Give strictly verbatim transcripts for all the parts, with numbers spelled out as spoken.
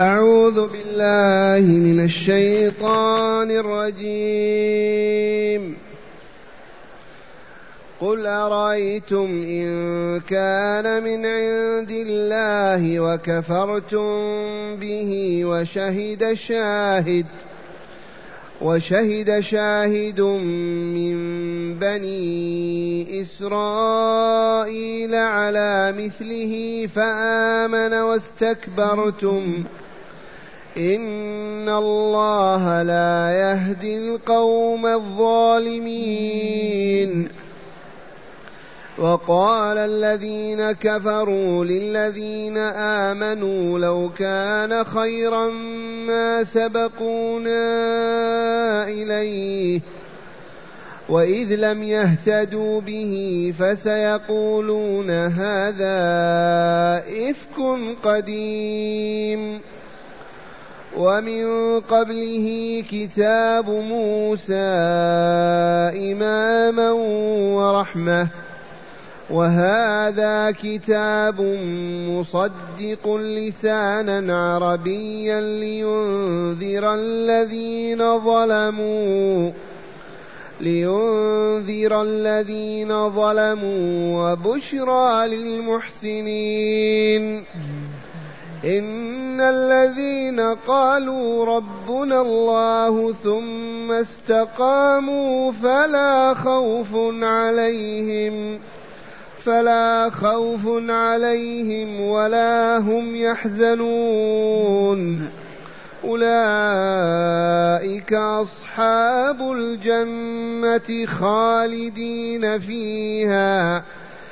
أعوذ بالله من الشيطان الرجيم. قل أرأيتم إن كان من عند الله وكفرتم به وشهد شاهد وشهد شاهد من بني إسرائيل على مثله فآمن واستكبرتم إن الله لا يهدي القوم الظالمين. وقال الذين كفروا للذين آمنوا لو كان خيرا ما سبقونا إليه وإذ لم يهتدوا به فسيقولون هذا إفك قديم. ومن قبله كتاب موسى إماما ورحمة وهذا كتاب مصدق لسانا عربيا لينذر الذين ظلموا لينذر الذين ظلموا وبشرى للمحسنين. إن الذين قالوا ربنا الله ثم استقاموا فلا خوف عليهم فلا خوف عليهم ولا هم يحزنون. أولئك أصحاب الجنة خالدين فيها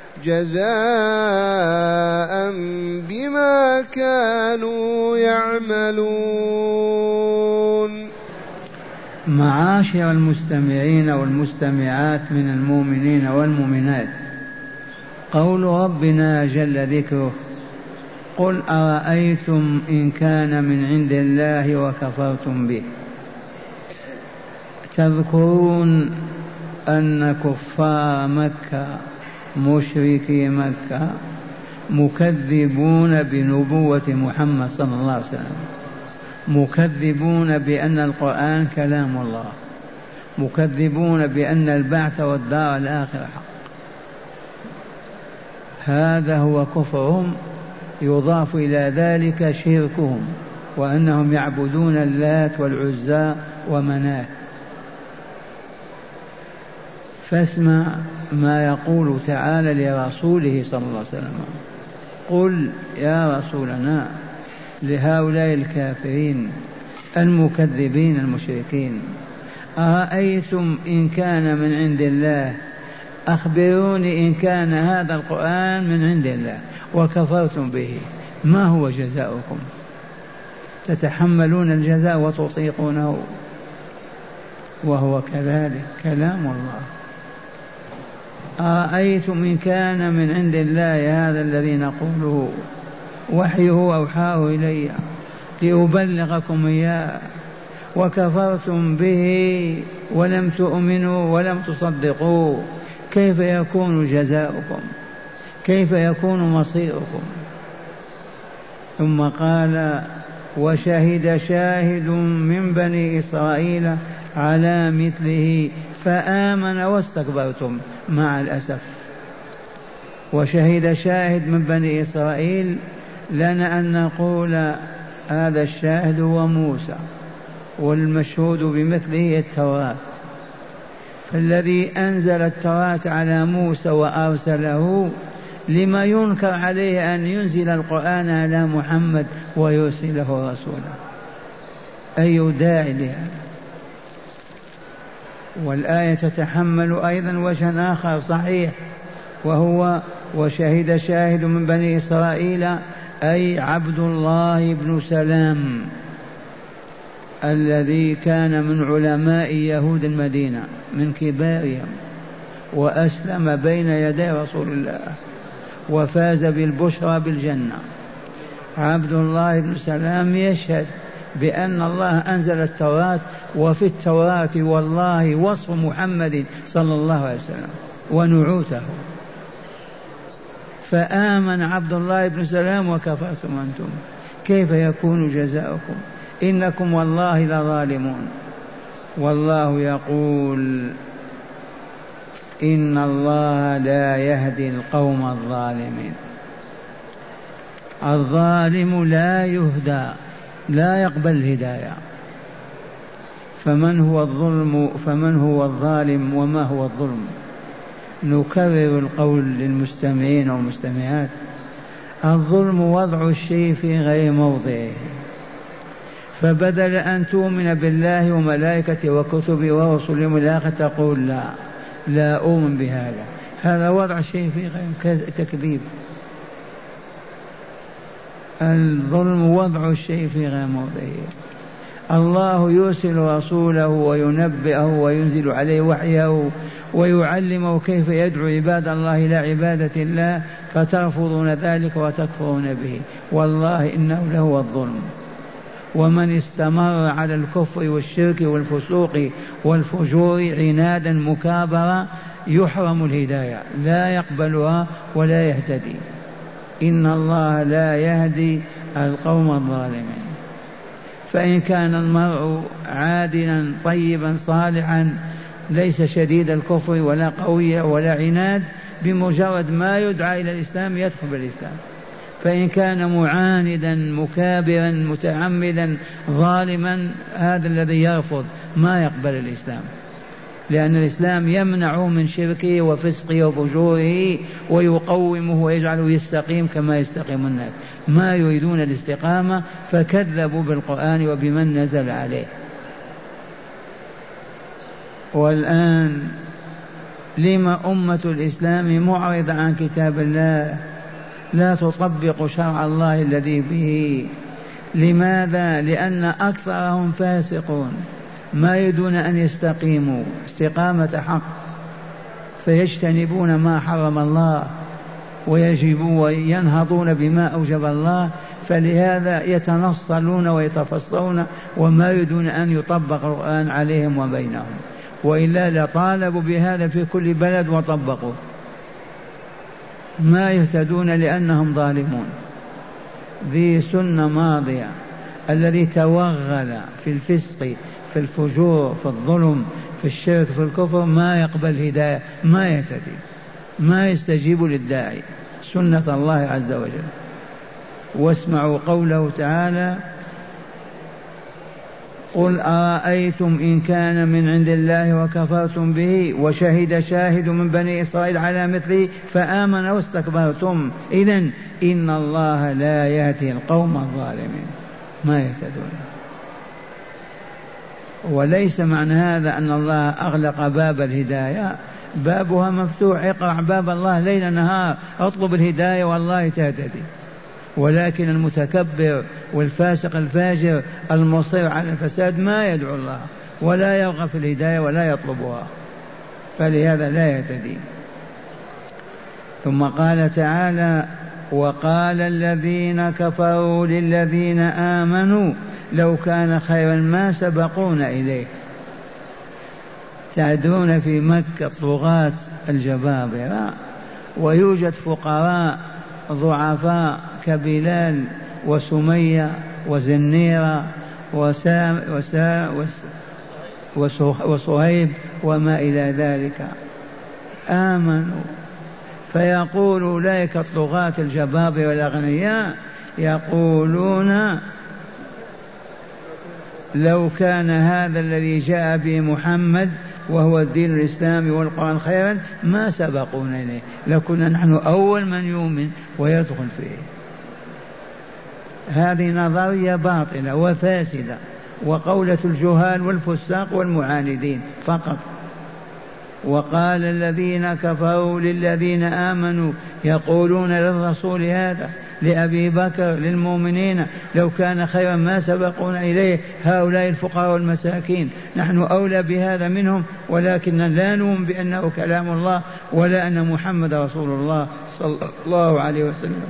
جزاء بما كانوا يعملون. معاشر المستمعين والمستمعات من المؤمنين والمؤمنات، قول ربنا جل ذكره: قل أرأيتم إن كان من عند الله وكفرتم به. تذكرون أن كفار مكة مشركي مكة مكذبون بنبوة محمد صلى الله عليه وسلم، مكذبون بأن القرآن كلام الله، مكذبون بأن البعث والدار الآخرة حق. هذا هو كفرهم، يضاف إلى ذلك شركهم وأنهم يعبدون اللات والعزى ومناه. فاسمع ما يقول تعالى لرسوله صلى الله عليه وسلم: قل يا رسولنا لهؤلاء الكافرين المكذبين المشركين: أرأيتم إن كان من عند الله، أخبروني إن كان هذا القرآن من عند الله وكفرتم به، ما هو جزاؤكم؟ تتحملون الجزاء وتطيقونه؟ وهو كذلك كلام الله. أرأيتم إن كان من عند الله، هذا الذي نقوله وحيه أوحاه إلي لأبلغكم إياه، وكفرتم به ولم تؤمنوا ولم تصدقوا، كيف يكون جزاؤكم؟ كيف يكون مصيركم؟ ثم قال: وشهد شاهد من بني إسرائيل على مثله فآمن واستكبرتم. مع الأسف، وشهد شاهد من بني إسرائيل لنا أن نقول هذا الشاهد هو موسى، والمشهود بمثله التوراة. فالذي أنزل التوراة على موسى وأرسله، لما ينكر عليه أن ينزل القرآن على محمد ويرسله رسولا؟ أي داعي لهذا؟ والآية تتحمل أيضا وجها آخر صحيح، وهو: وشهد شاهد من بني إسرائيل، أي عبد الله بن سلام الذي كان من علماء يهود المدينة من كبارهم، وأسلم بين يدي رسول الله وفاز بالبشرى بالجنة. عبد الله بن سلام يشهد بأن الله أنزل التوراة، وفي التوراة والله وصف محمد صلى الله عليه وسلم ونعوته. فآمن عبد الله بن سلام وكفرتم أنتم. كيف يكون جزاؤكم إنكم والله لظالمون. والله يقول إن الله لا يهدي القوم الظالمين. الظالم لا يهدى، لا يقبل الهداية. فمن هو الظلم فمن هو الظالم وما هو الظلم؟ نكرر القول للمستمعين والمستمعات: الظلم وضع الشيء في غير موضعه، فبدل أن تؤمن بالله وملائكته وكتبه ورسله والآخرة تقول لا لا أؤمن بهذا، هذا وضع شيء في غير تكذيب. الظلم وضع الشيء في غير موضعه. الله يرسل رسوله وينبئه وينزل عليه وحيه ويعلمه كيف يدعو عباد الله إلى عبادة الله، فترفضون ذلك وتكفرون به. والله إنه لهو الظلم. ومن استمر على الكفر والشرك والفسوق والفجور عنادا مكابرا يحرم الهداية، لا يقبلها ولا يهتدي. إن الله لا يهدي القوم الظالمين. فإن كان المرء عادلا طيبا صالحا ليس شديد الكفر ولا قوي ولا عناد، بمجرد ما يدعى إلى الإسلام يدخل بالإسلام. فإن كان معاندا مكابرا متعمدا ظالما، هذا الذي يرفض ما يقبل الإسلام، لأن الإسلام يمنعه من شركه وفسقه وفجوره ويقومه ويجعله يستقيم كما يستقيم الناس. ما يريدون الاستقامة فكذبوا بالقرآن وبمن نزل عليه. والآن لما أمة الإسلام معرضة عن كتاب الله، لا تطبق شرع الله الذي به؟ لماذا؟ لأن أكثرهم فاسقون ما يريدون أن يستقيموا استقامة حق، فيجتنبون ما حرم الله ويجبون وينهضون بما أوجب الله، فلهذا يتنصلون ويتفصلون وما يريدون أن يطبق القرآن عليهم وبينهم، وإلا لطالبوا بهذا في كل بلد وطبقوا. ما يهتدون لأنهم ظالمون. ذي سنة ماضية: الذي توغل في الفسق في الفجور في الظلم في الشرك في الكفر ما يقبل هداية، ما يهتدي، ما يستجيب للداعي. سنة الله عز وجل. واسمعوا قوله تعالى: قل أرأيتم إن كان من عند الله وكفرتم به وشهد شاهد من بني إسرائيل على مثله فآمن واستكبرتم إذن إن الله لا يهدي القوم الظالمين. ما يهتدون. وليس معنى هذا أن الله أغلق باب الهداية، بابها مفتوح. اقرأ باب الله ليل نهار، اطلب الهداية والله تهتدي. ولكن المتكبر والفاسق الفاجر المصر على الفساد ما يدعو الله ولا يرغب في الهداية ولا يطلبها، فلهذا لا يهتدي. ثم قال تعالى: وقال الذين كفروا للذين آمنوا لو كان خيرا ما سبقونا إليه. تعدون في مكة طغاة الجبابرة، ويوجد فقراء ضعفاء كبلال وسمية وزنيرة وسام وسام وصهيب وما إلى ذلك، آمنوا. فيقول أولئك الطغاة الجبابرة والأغنياء يقولون: لو كان هذا الذي جاء به محمد وهو الدين الإسلامي والقرآن خيرا ما سبقونا إليه، لكنا نحن أول من يؤمن ويدخل فيه. هذه نظرية باطلة وفاسدة وقولة الجهال والفساق والمعاندين فقط. وقال الذين كفروا للذين آمنوا، يقولون للرسول هذا لأبي بكر للمؤمنين: لو كان خيرا ما سبقونا إليه، هؤلاء الفقراء والمساكين نحن أولى بهذا منهم، ولكن لا نؤمن بأنه كلام الله ولا أن محمد رسول الله صلى الله عليه وسلم.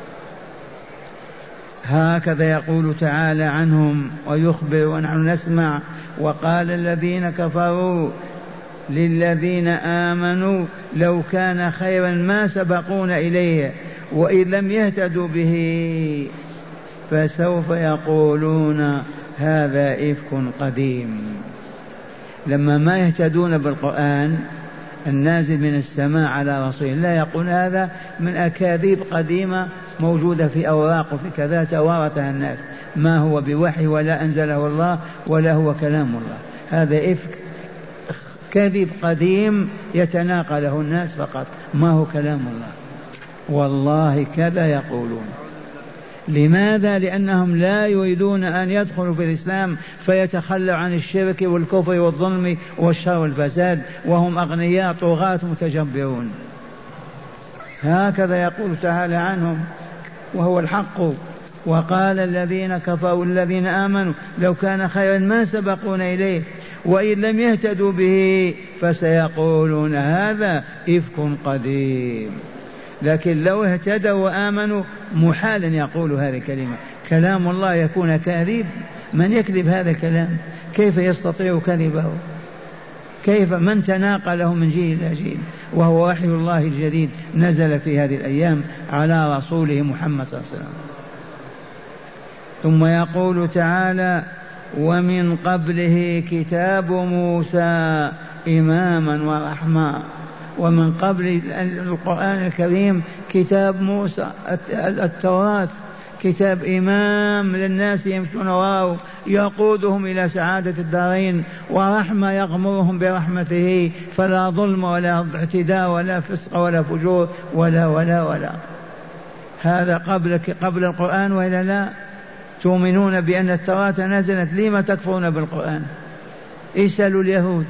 هكذا يقول تعالى عنهم ويخبر ونحن نسمع: وقال الذين كفروا للذين آمنوا لو كان خيرا ما سبقونا إليه وإن لم يهتدوا به. فسوف يقولون هذا إفك قديم. لما ما يهتدون بالقرآن النازل من السماء على رسول الله يقول هذا من أكاذيب قديمة موجودة في أوراق وفي كذا توارثها الناس، ما هو بوحي ولا أنزله الله ولا هو كلام الله، هذا إفك كذب قديم يتناقله الناس فقط، ما هو كلام الله. والله كذا يقولون. لماذا؟ لأنهم لا يريدون أن يدخلوا في الإسلام فيتخلوا عن الشرك والكفر والظلم والشر والفساد، وهم أغنياء طغاة متجبرون. هكذا يقول تعالى عنهم وهو الحق. وقال الذين كفروا الذين آمنوا لو كان خيرا ما سبقونا إليه وإن لم يهتدوا به فسيقولون هذا إفك قديم. لكن لو اهتدوا وآمنوا محالا يقولوا هذه الكلمة. كلام الله يكون كاذب؟ من يكذب هذا الكلام؟ كيف يستطيع كذبه؟ كيف؟ من تناقله من جيل إلى جيل، وهو وحي الله الجديد نزل في هذه الأيام على رسوله محمد صلى الله عليه وسلم. ثم يقول تعالى ومن قبله كتاب موسى إماما ورحمة. ومن قبل القرآن الكريم كتاب موسى التوراة، كتاب إمام للناس يمشون وراءه يقودهم إلى سعادة الدارين، ورحمة يغمرهم برحمته، فلا ظلم ولا اعتداء ولا فسق ولا فجور ولا ولا ولا. هذا قبل قبل القرآن وإلا لا؟ تؤمنون بأن التوراة نزلت، لما تكفرون بالقرآن؟ اسألوا اليهود.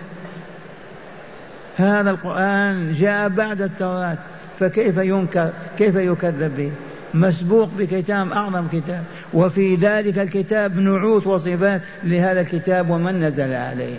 هذا القرآن جاء بعد التوراة، فكيف ينكر؟ كيف يكذب به؟ مسبوق بكتاب أعظم كتاب، وفي ذلك الكتاب نعوت وصفات لهذا الكتاب ومن نزل عليه.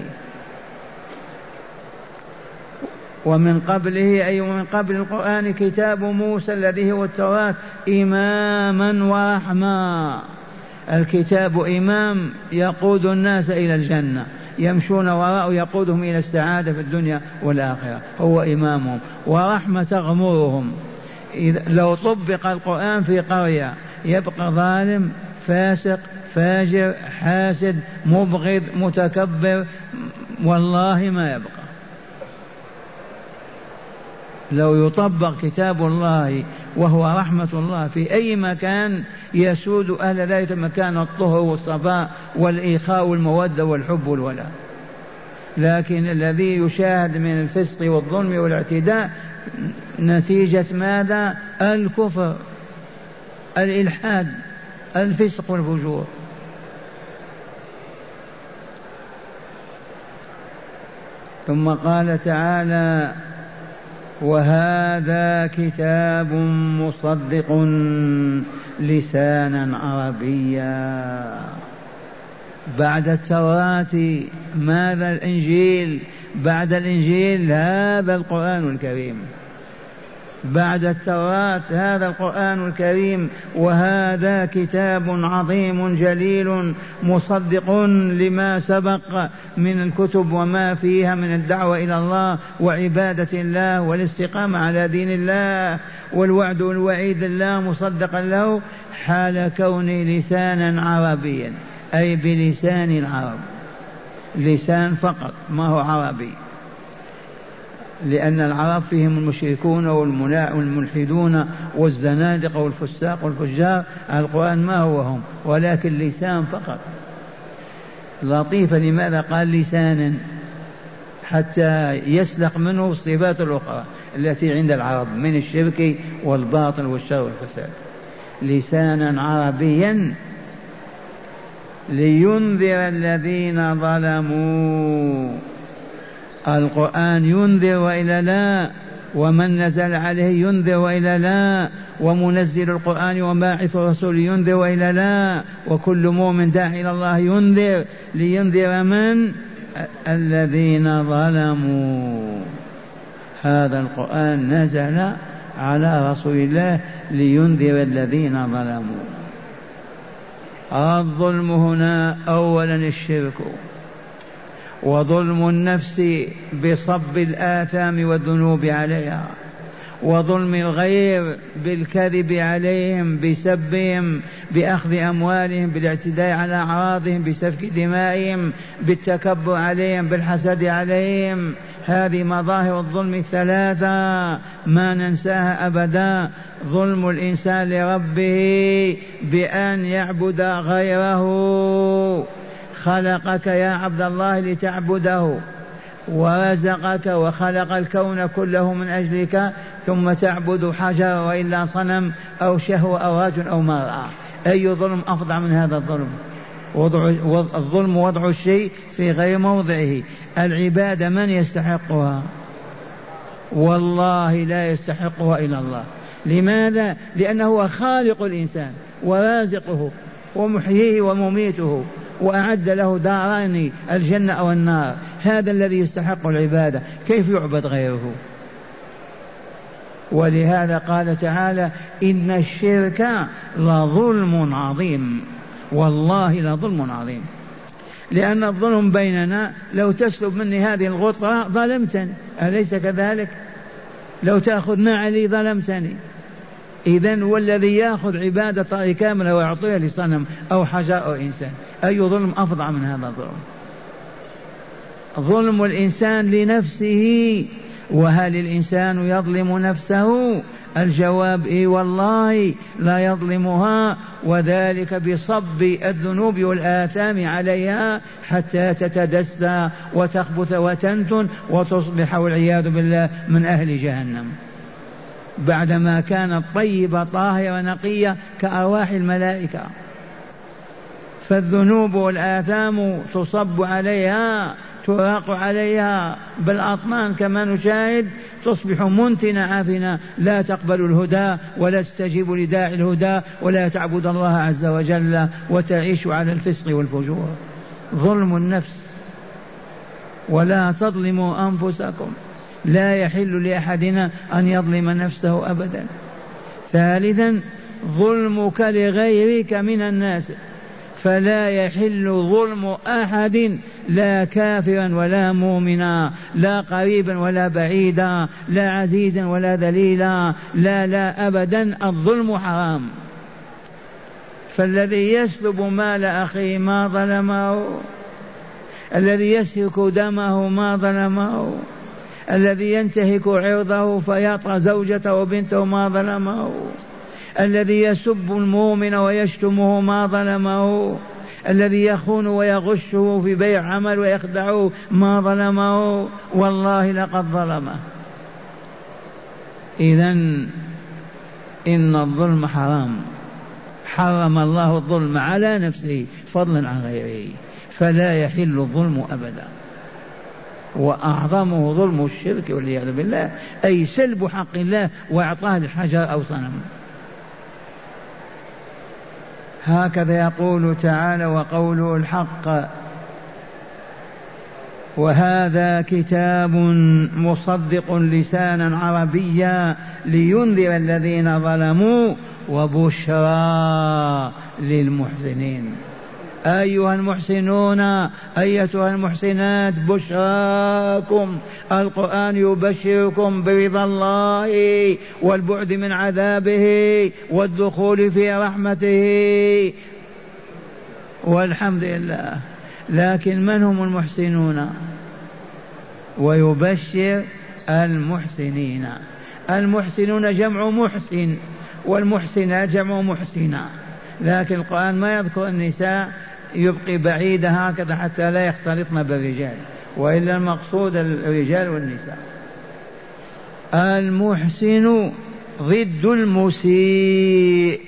ومن قبله أي من قبل القرآن كتاب موسى الذي هو التوراة إماما ورحمة. الكتاب إمام يقود الناس إلى الجنة، يمشون وراءه يقودهم إلى السعادة في الدنيا والآخرة، هو إمامهم. ورحمة تغمرهم. إذا لو طبق القرآن في قرية يبقى ظالم فاسق فاجر حاسد مبغض متكبر، والله ما يبقى. لو يطبق كتاب الله وهو رحمة الله في أي مكان يسود أهل ذلك المكان الطهر والصفاء والإخاء والمودة والحب والولاء. لكن الذي يشاهد من الفسق والظلم والاعتداء نتيجة ماذا؟ الكفر، الإلحاد، الفسق والفجور. ثم قال تعالى وهذا كتاب مصدق لسانا عربيا. بعد التوراة ماذا؟ الإنجيل. بعد الإنجيل هذا القرآن الكريم. بعد التوراة هذا القرآن الكريم. وهذا كتاب عظيم جليل مصدق لما سبق من الكتب وما فيها من الدعوة إلى الله وعبادة الله والاستقامة على دين الله والوعد والوعيد الله مصدقا له، حال كونه لسانا عربيا أي بلسان العرب، لسان فقط ما هو عربي، لأن العرب فيهم المشركون والملحدون والزنادقة والفساق والفجار. القرآن ما هو هم، ولكن لسان فقط. لطيفة. لماذا قال لسانا؟ حتى يسلق منه الصفات الأخرى التي عند العرب من الشرك والباطل والشر والفساد. لسانا عربيا لينذر الذين ظلموا. القرآن ينذر وإلا لا؟ ومن نزل عليه ينذر وإلا لا؟ ومنزل القرآن وباعث الرسول ينذر وإلا لا؟ وكل مؤمن داعي إلى الله ينذر. لينذر من؟ الذين ظلموا. هذا القرآن نزل على رسول الله لينذر الذين ظلموا. الظلم هنا أولا الشرك، وظلم النفس بصب الآثام والذنوب عليها، وظلم الغير بالكذب عليهم، بسبهم، بأخذ أموالهم، بالاعتداء على أعراضهم، بسفك دمائهم، بالتكبر عليهم، بالحسد عليهم. هذه مظاهر الظلم الثلاثة ما ننساها أبدا. ظلم الإنسان لربه بأن يعبد غيره. خلقك يا عبد الله لتعبده، ورزقك وخلق الكون كله من أجلك، ثم تعبد حجر وإلا صنم أو شهوة أو رجل أو مرأة. أي ظلم أفظع من هذا الظلم؟ وضع الظلم وضع الشيء في غير موضعه. العبادة من يستحقها؟ والله لا يستحقها إلا الله. لماذا؟ لأنه هو خالق الإنسان ورازقه ومحييه ومميته، وأعد له دارين، الجنة أو النار. هذا الذي يستحق العبادة، كيف يعبد غيره؟ ولهذا قال تعالى: إن الشرك لظلم عظيم. والله لظلم عظيم. لأن الظلم بيننا، لو تسلب مني هذه الغطرة ظلمتني، أليس كذلك؟ لو تأخذ نعلي ظلمتني. إذن والذي يأخذ عبادة طارئ كاملة ويعطيها لصنم أو حجر أو إنسان، أي ظلم أفظع من هذا الظلم؟ ظلم الإنسان لنفسه. وهل الإنسان يظلم نفسه؟ الجواب إيه والله لا يظلمها، وذلك بصب الذنوب والآثام عليها حتى تتدسى وتخبث وتنتن وتصبح والعياذ بالله من أهل جهنم، بعدما كانت طيبة طاهرة نقية كأرواح الملائكة. فالذنوب والآثام تصب عليها، تراق عليها بالأطنان كما نشاهد، تصبح منتنة عافنة، لا تقبل الهدى ولا تستجيب لداعي الهدى ولا تعبد الله عز وجل، وتعيش على الفسق والفجور. ظلم النفس. ولا تظلموا أنفسكم، لا يحل لأحدنا أن يظلم نفسه أبدا. ثالثا ظلمك لغيرك من الناس، فلا يحل ظلم أحد، لا كافرا ولا مؤمنا، لا قريبا ولا بعيدا، لا عزيزا ولا ذليلا، لا لا أبدا. الظلم حرام. فالذي يسلب مال أخيه ما ظلمه، الذي يسفك دمه ما ظلمه، الذي ينتهك عرضه فيطأ زوجته وبنته ما ظلمه، الذي يسب المؤمن ويشتمه ما ظلمه، الذي يخون ويغشه في بيع عمل ويخدعه ما ظلمه. والله لقد ظلمه. إذن إن الظلم حرام. حرم الله الظلم على نفسه فضلا عن غيره، فلا يحل الظلم أبدا. وأعظمه ظلم الشرك والعياذ بالله، أي سلب حق الله وإعطاه للحجر أو صنم. هكذا يقول تعالى وقوله الحق: وهذا كتاب مصدق لسانا عربيا لينذر الذين ظلموا وبشرى للمحسنين. أيها المحسنون أيتها المحسنات، بشراكم، القرآن يبشركم برضا الله والبعد من عذابه والدخول في رحمته، والحمد لله. لكن من هم المحسنون؟ ويبشر المحسنين. المحسنون جمع محسن، والمحسنات جمع محسنة، لكن القرآن ما يذكر النساء، يبقي بعيدة هكذا حتى لا يختلطن بالرجال، وإلا المقصود الرجال والنساء. المحسن ضد المسيء.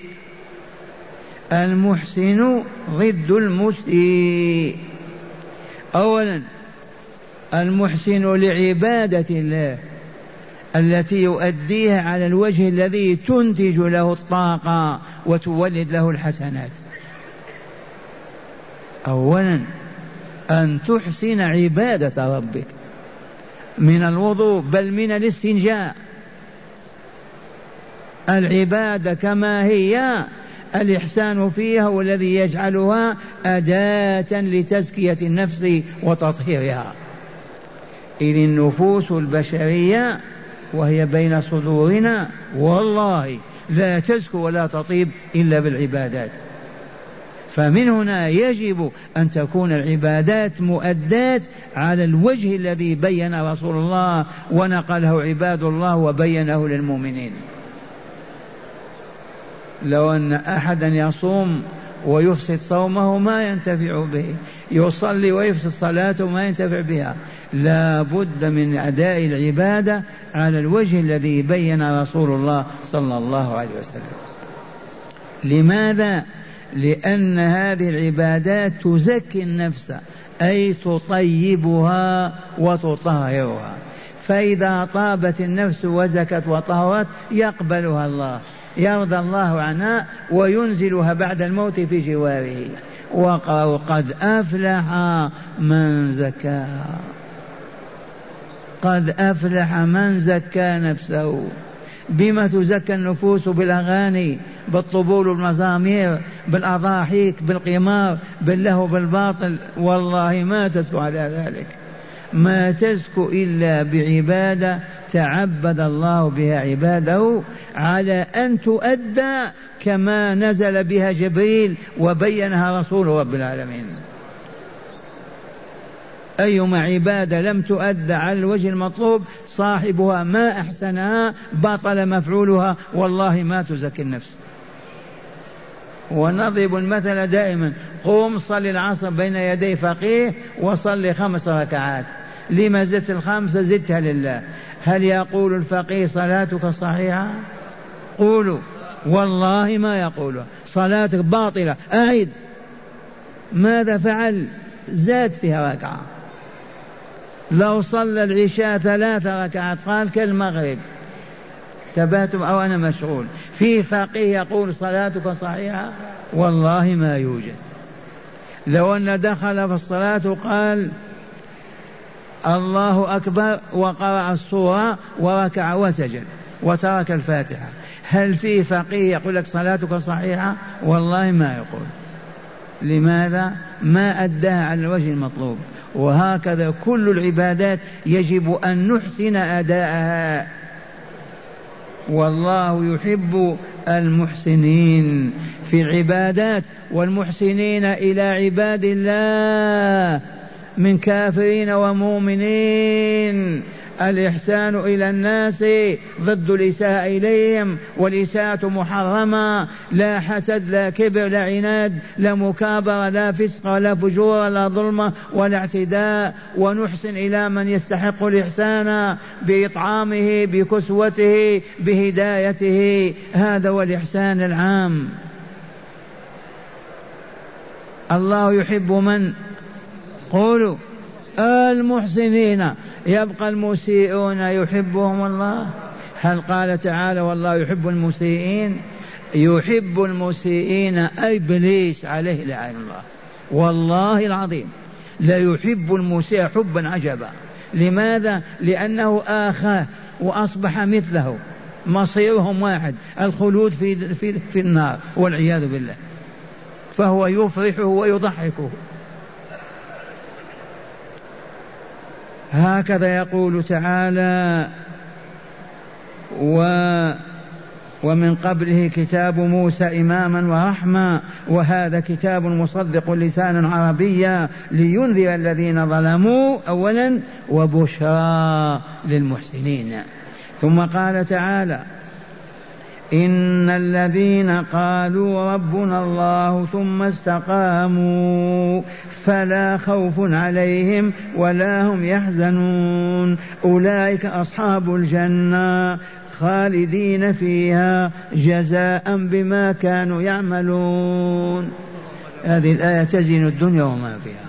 المحسن ضد المسيء. أولا المحسن لعبادة الله التي يؤديها على الوجه الذي تنتج له الطاقة وتولد له الحسنات. أولا أن تحسن عبادة ربك من الوضوء بل من الاستنجاء. العبادة كما هي، الإحسان فيها والذي يجعلها أداة لتزكية النفس وتطهيرها. إذ النفوس البشرية وهي بين صدورنا والله لا تزكو ولا تطيب إلا بالعبادات. فمن هنا يجب أن تكون العبادات مؤدات على الوجه الذي بين رسول الله ونقله عباد الله وبينه للمؤمنين. لو أن أحدا يصوم ويفسد صومه ما ينتفع به، يصلي ويفسد صلاته ما ينتفع بها. لا بد من أداء العبادة على الوجه الذي بين رسول الله صلى الله عليه وسلم. لماذا؟ لأن هذه العبادات تزكي النفس، أي تطيبها وتطهرها، فإذا طابت النفس وزكت وطهرت يقبلها الله، يرضى الله عنها وينزلها بعد الموت في جواره. وقالوا قد أفلح من زكاها، قد أفلح من زكى نفسه. بما تزكى النفوس؟ بالأغاني، بالطبول والمزامير، بالأضاحيك، بالقمار، باللهو، بالباطل. والله ما تزكو على ذلك، ما تزكو إلا بعبادة تعبد الله بها عباده على أن تؤدى كما نزل بها جبريل وبينها رسول رب العالمين. أيما عبادة لم تؤدى على الوجه المطلوب صاحبها ما أحسنها بطل مفعولها، والله ما تزكي النفس. ونضرب المثل دائما، قوم صل العصر بين يدي فقيه وصل خمس ركعات، لما زدت الخمسة؟ زدتها لله. هل يقول الفقيه صلاتك صحيحة؟ قولوا والله ما يقولها، صلاتك باطلة، أعد. ماذا فعل؟ زاد فيها ركعة. لو صلى العشاء ثلاث ركعات قال كالمغرب. تبهتم أو أنا مشغول؟ في فقيه يقول صلاتك صحيحة؟ والله ما يوجد. لو أن دخل في الصلاة قال الله أكبر وقرأ السورة وركع وسجد وترك الفاتحة، هل في فقيه يقول لك صلاتك صحيحة؟ والله ما يقول. لماذا؟ ما أداها على الوجه المطلوب. وهكذا كل العبادات يجب أن نحسن أداءها، والله يحب المحسنين في العبادات، والمحسنين إلى عباد الله من كافرين ومؤمنين. الإحسان إلى الناس ضد الإساءة إليهم، والإساءة محرمة، لا حسد، لا كبر، لا عناد، لا مكابرة، لا فسق ولا فجور ولا ظلمة ولا اعتداء. ونحسن إلى من يستحق الإحسان بإطعامه، بكسوته، بهدايته. هذا هو الإحسان العام. الله يحب من؟ قولوا المحسنين. يبقى المسيئون يحبهم الله؟ هل قال تعالى والله يحب المسيئين؟ يحب المسيئين إبليس عليه لعن الله، والله العظيم لا يحب المسيء حبا عجبا. لماذا؟ لأنه آخاه وأصبح مثله، مصيرهم واحد، الخلود في, في, في النار والعياذ بالله، فهو يفرحه ويضحكه. هكذا يقول تعالى و ومن قبله كتاب موسى إماما ورحمة، وهذا كتاب مصدق لسانا عربيا لينذر الذين ظلموا أولا وبشرى للمحسنين. ثم قال تعالى إن الذين قالوا ربنا الله ثم استقاموا فلا خوف عليهم ولا هم يحزنون أولئك أصحاب الجنة خالدين فيها جزاء بما كانوا يعملون. هذه الآية تزين الدنيا وما فيها.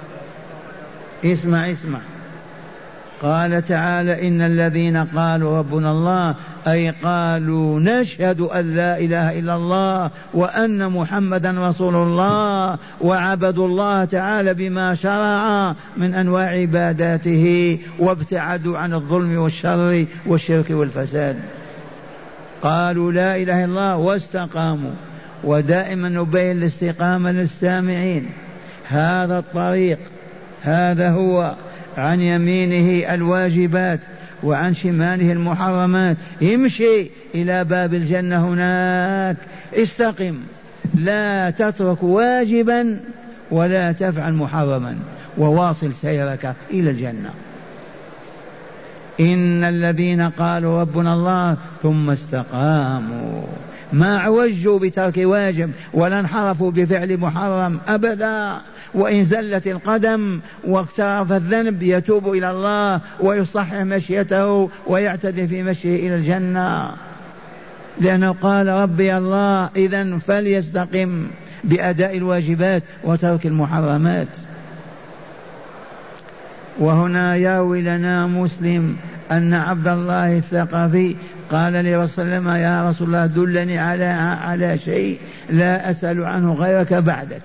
اسمع اسمع، قال تعالى إن الذين قالوا ربنا الله، أي قالوا نشهد أن لا إله إلا الله وأن محمدا رسول الله، وعبدوا الله تعالى بما شرع من أنواع عباداته، وابتعدوا عن الظلم والشر والشرك والفساد. قالوا لا إله إلا الله واستقاموا. ودائما نبين الاستقامة للسامعين، هذا الطريق، هذا هو عن يمينه الواجبات وعن شماله المحرمات. امشي إلى باب الجنة هناك، استقم، لا تترك واجبا ولا تفعل محرما، وواصل سيرك إلى الجنة. إن الذين قالوا ربنا الله ثم استقاموا، ما عوجوا بترك واجب ولا انحرفوا بفعل محرم أبدا، وإن زلت القدم واقترف الذنب يتوب إلى الله ويصحح مشيته ويعتدي في مشيه إلى الجنة، لأنه قال ربي الله، إذن فليستقم بأداء الواجبات وترك المحرمات. وهنا يروي لنا مسلم أن عبد الله الثقفي قال لرسول الله يا رسول الله دلني على على شيء لا أسأل عنه غيرك بعدك،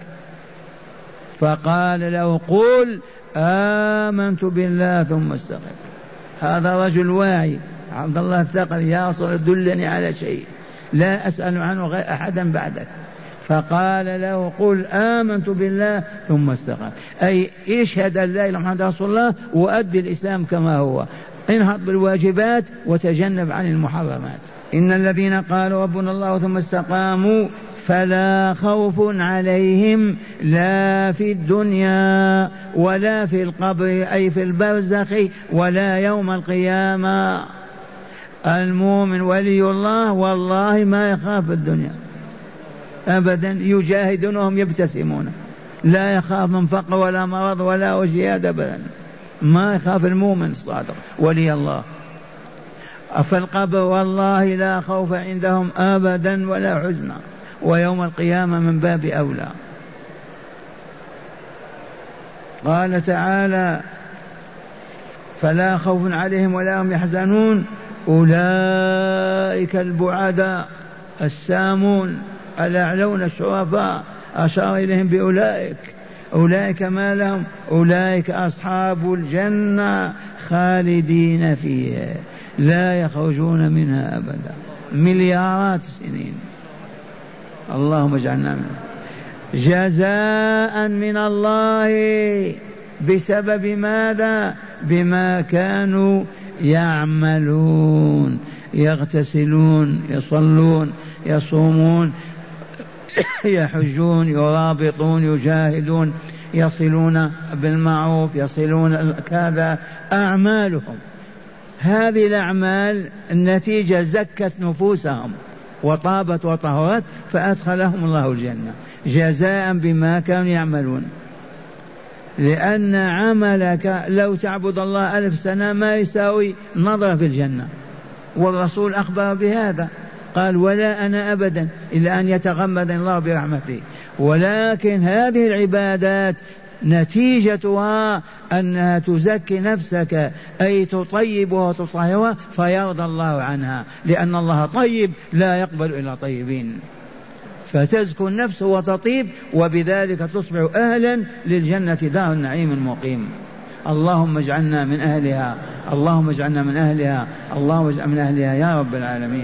فقال له قل آمنت بالله ثم استقم. هذا رجل واعي عبد الله الثقفي، يا رسول الله دلني على شيء لا أسأل عنه غير أحدا بعدك، فقال له قل آمنت بالله ثم استقم، أي اشهد أن لا إله إلا محمد رسول الله وأدي الإسلام كما هو، انهض بالواجبات وتجنب عن المحرمات. إن الذين قالوا ربنا الله ثم استقاموا فلا خوف عليهم لا في الدنيا ولا في القبر، أي في البرزخ ولا يوم القيامة. المؤمن ولي الله والله ما يخاف الدنيا أبدا، يجاهدون وهم يبتسمون، لا يخاف من فقر ولا مرض ولا وجياد أبدا، ما يخاف المؤمن الصادق ولي الله. في القبر والله لا خوف عندهم أبدا ولا حزن، ويوم القيامة من باب أولى. قال تعالى فلا خوف عليهم ولا هم يحزنون أولئك البعداء السامون الأعلون الشرفاء، أشار إليهم بأولئك. أولئك ما لهم؟ أولئك أصحاب الجنة خالدين فيها لا يخرجون منها أبدا مليارات السنين. اللهم اجعلنا منهم. جزاء من الله بسبب ماذا؟ بما كانوا يعملون، يغتسلون، يصلون، يصومون، يحجون، يرابطون، يجاهدون، يصلون بالمعروف، يصلون كذا، أعمالهم هذه الأعمال النتيجة زكت نفوسهم وطابت وطهرت فأدخلهم الله الجنة جزاء بما كانوا يعملون. لأن عملك لو تعبد الله ألف سنة ما يساوي نظرة في الجنة، والرسول أخبر بهذا قال ولا أنا أبدا إلا أن يتغمد الله برحمته. ولكن هذه العبادات نتيجتها أنها تزكي نفسك، أي تطيبها وتطهرها فيرضى الله عنها، لأن الله طيب لا يقبل إلا طيبين، فتزكو النفس وتطيب وبذلك تصبح أهلا للجنة دار النعيم المقيم. اللهم اجعلنا من أهلها، اللهم اجعلنا من أهلها، اللهم اجعلنا من أهلها يا رب العالمين.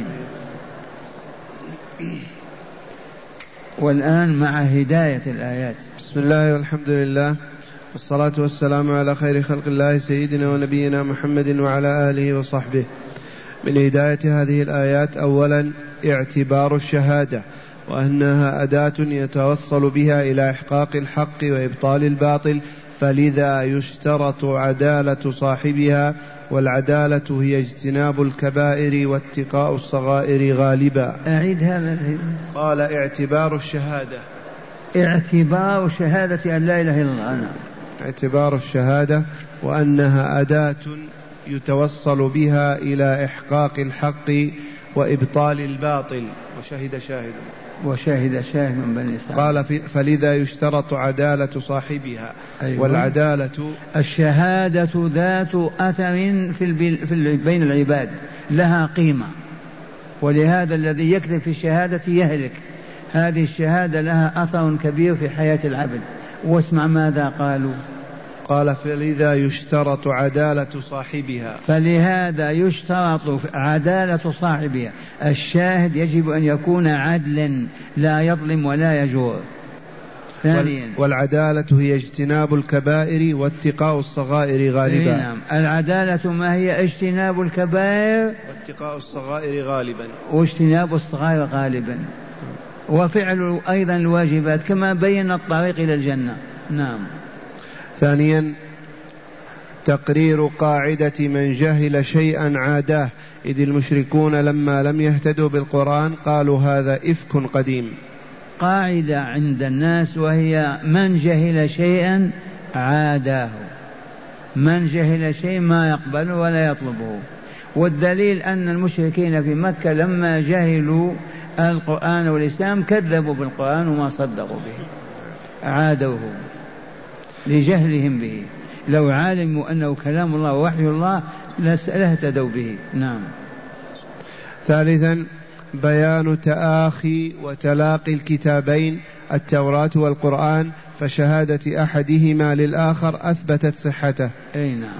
والآن مع هداية الآيات. بسم الله والحمد لله والصلاة والسلام على خير خلق الله سيدنا ونبينا محمد وعلى آله وصحبه. من هداية هذه الآيات أولا اعتبار الشهادة، وأنها أداة يتوصل بها إلى إحقاق الحق وإبطال الباطل، فلذا يشترط عدالة صاحبها، والعدالة هي اجتناب الكبائر واتقاء الصغائر غالبا. أعيد هذا. قال اعتبار الشهادة، اعتبار شهادة أن لا إله إلا الله. أنا. اعتبار الشهادة وأنها أداة يتوصل بها إلى إحقاق الحق وإبطال الباطل. وشهد شاهد وشاهد شاهد من بني إسرائيل. قال فلذا يشترط عدالة صاحبها. أيوة. والعدالة الشهادة ذات أثر في, البي... في ال... بين العباد، لها قيمة، ولهذا الذي يكذب في الشهادة يهلك. هذه الشهادة لها أثر كبير في حياة العبد. واسمع ماذا قالوا. قال فلذا يشترط عدالة صاحبها، فلهذا يشترط عدالة صاحبها. الشاهد يجب أن يكون عدلا لا يظلم ولا يجور. ثانيا والعدالة هي اجتناب الكبائر واتقاء الصغائر غالبا. نعم. العدالة ما هي؟ اجتناب الكبائر واتقاء الصغائر غالبا واجتناب الصغائر غالبا، وفعل أيضا الواجبات كما بين الطريق إلى الجنة. نعم. ثانيا تقرير قاعدة من جهل شيئا عاداه، إذ المشركون لما لم يهتدوا بالقرآن قالوا هذا إفك قديم. قاعدة عند الناس وهي من جهل شيئا عاداه، من جهل شيء ما يقبله ولا يطلبه. والدليل أن المشركين في مكة لما جهلوا القرآن والإسلام كذبوا بالقرآن وما صدقوا به، عادوه لجهلهم به. لو علموا أنه كلام الله ووحي الله لاهتدوا به. نعم. ثالثا بيان تآخي وتلاقي الكتابين التوراة والقرآن، فشهادة أحدهما للآخر أثبتت صحته. أي نعم.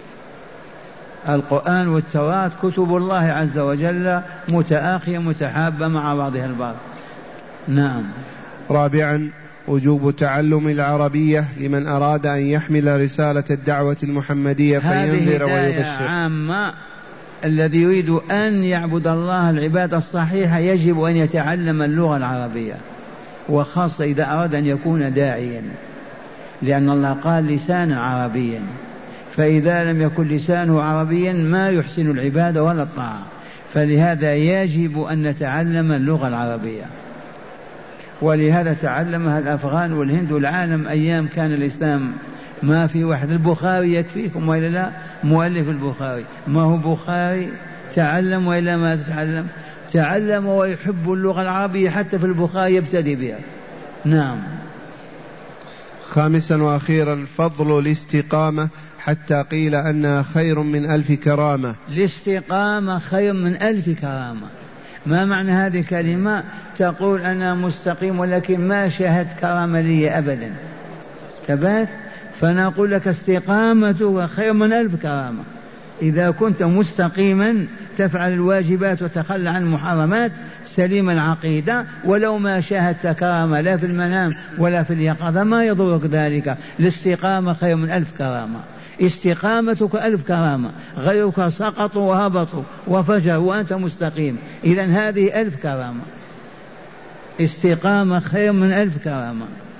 القرآن والتوراة كتب الله عز وجل متآخية متحابة مع بعضها البعض. نعم. رابعا وجوب تعلم العربية لمن أراد أن يحمل رسالة الدعوة المحمدية فينذر ويبشر. عامة الذي يريد أن يعبد الله العبادة الصحيحة يجب أن يتعلم اللغة العربية، وخاصة إذا أراد أن يكون داعيا، لأن الله قال لسانا عربيا، فإذا لم يكن لسانه عربيا ما يحسن العبادة ولا الطاعة. فلهذا يجب أن نتعلم اللغة العربية، ولهذا تعلمها الأفغان والهند والعالم أيام كان الإسلام. ما في واحد البخاري يكفيكم وإلا لا؟ مؤلف البخاري ما هو بخاري؟ تعلم وإلا ما تتعلم؟ تعلم ويحب اللغة العربية حتى في البخاري يبتدي بها. نعم. خامسا وأخيرا فضل الاستقامة، حتى قيل أنها خير من ألف كرامة. الاستقامة خير من ألف كرامة. ما معنى هذه الكلمة؟ تقول أنا مستقيم ولكن ما شاهدت كرامة لي أبدا، ثبات. فنقول لك استقامتك خير من ألف كرامة. إذا كنت مستقيما تفعل الواجبات وتخلى عن المحرمات سليم العقيدة، ولو ما شاهدت كرامة لا في المنام ولا في اليقظة ما يضرك ذلك. الاستقامة خير من ألف كرامة. استقامتك ألف كرامة، غيرك سقطوا وهبطوا وفجروا وأنت مستقيم، إذن هذه ألف كرامة. استقامة خير من ألف كرامة.